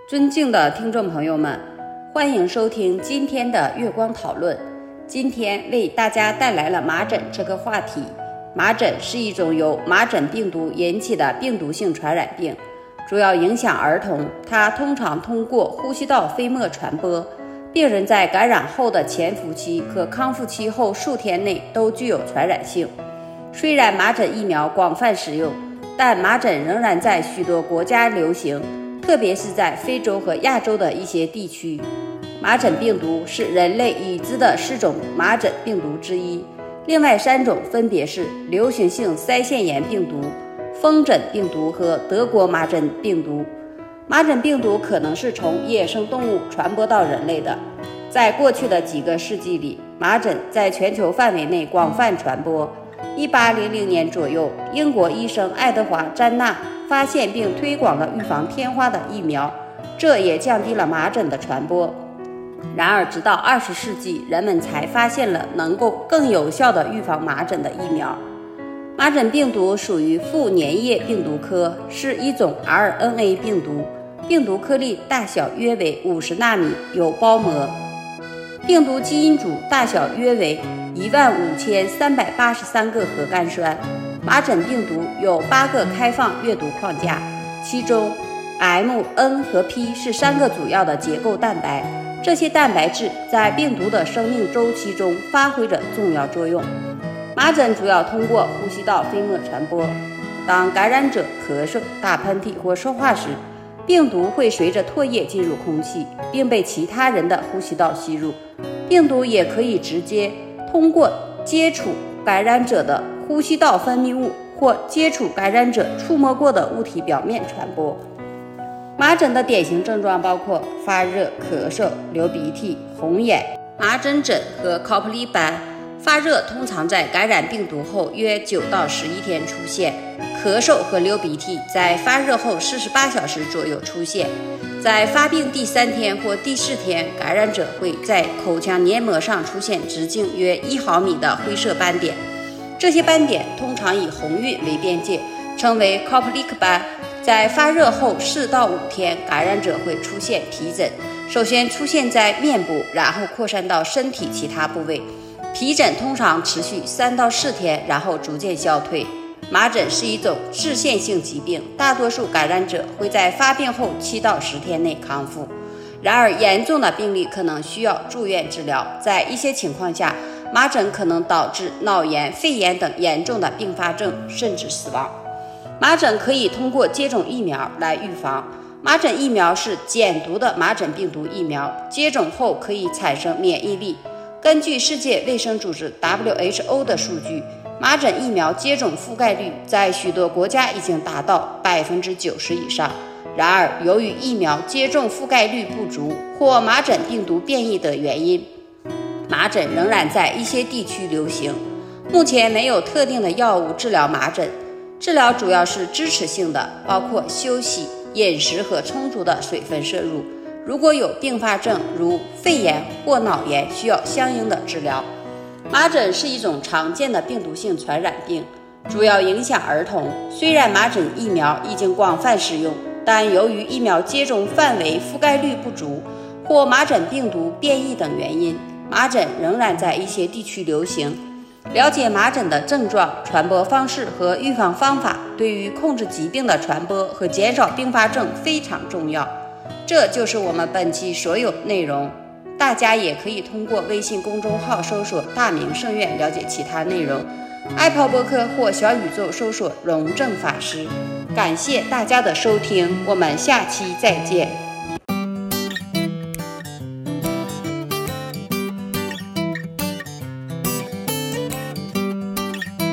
尊敬的听众朋友们，欢迎收听今天的月光讨论。今天为大家带来了麻疹这个话题。麻疹是一种由麻疹病毒引起的病毒性传染病，主要影响儿童，它通常通过呼吸道飞沫传播。病人在感染后的潜伏期和康复期后数天内都具有传染性。虽然麻疹疫苗广泛使用，但麻疹仍然在许多国家流行，特别是在非洲和亚洲的一些地区。麻疹病毒是人类已知的4种麻疹病毒之一，另外3种分别是流行性腮腺炎病毒、风疹病毒和德国麻疹病毒。麻疹病毒可能是从野生动物传播到人类的。在过去的几个世纪里，麻疹在全球范围内广泛传播。1800年左右，英国医生爱德华·詹纳发现并推广了预防天花的疫苗，这也降低了麻疹的传播。然而，直到20世纪，人们才发现了能够更有效地预防麻疹的疫苗。麻疹病毒属于副粘液病毒科，是一种 RNA 病毒，病毒颗粒大小约为50纳米，有包膜。病毒基因组大小约为15383个核苷酸。麻疹病毒有8个开放阅读框架，其中 M、N 和 P 是3个主要的结构蛋白，这些蛋白质在病毒的生命周期中发挥着重要作用。麻疹主要通过呼吸道飞沫传播，当感染者咳嗽、打喷嚏或说话时，病毒会随着唾液进入空气，并被其他人的呼吸道吸入。病毒也可以直接通过接触感染者的呼吸道分泌物或接触感染者触摸过的物体表面传播。麻疹的典型症状包括发热、咳嗽、流鼻涕、红眼、麻疹疹和考普利斑。发热通常在感染病毒后约9到11天出现，咳嗽和流鼻涕在发热后48小时左右出现。在发病第3天或第4天，感染者会在口腔黏膜上出现直径约1毫米的灰色斑点，这些斑点通常以红晕为边界，称为考普利克斑。在发热后4到5天，感染者会出现皮疹，首先出现在面部，然后扩散到身体其他部位。皮疹通常持续3到4天，然后逐渐消退。麻疹是一种致限性疾病，大多数感染者会在发病后7到10天内康复。然而，严重的病例可能需要住院治疗。在一些情况下，麻疹可能导致脑炎、肺炎等严重的并发症，甚至死亡。麻疹可以通过接种疫苗来预防。麻疹疫苗是减毒的麻疹病毒疫苗，接种后可以产生免疫力。根据世界卫生组织 WHO 的数据，麻疹疫苗接种覆盖率在许多国家已经达到90%以上。然而，由于疫苗接种覆盖率不足或麻疹病毒变异等原因，麻疹仍然在一些地区流行。目前没有特定的药物治疗麻疹，治疗主要是支持性的，包括休息、饮食和充足的水分摄入。如果有并发症，如肺炎或脑炎，需要相应的治疗。麻疹是一种常见的病毒性传染病，主要影响儿童。虽然麻疹疫苗已经广泛使用，但由于疫苗接种范围覆盖率不足或麻疹病毒变异等原因，麻疹仍然在一些地区流行。了解麻疹的症状、传播方式和预防方法，对于控制疾病的传播和减少并发症非常重要。这就是我们本期所有内容，大家也可以通过微信公众号搜索大明圣院了解其他内容，Apple 播客或小宇宙搜索荣正法师。感谢大家的收听，我们下期再见。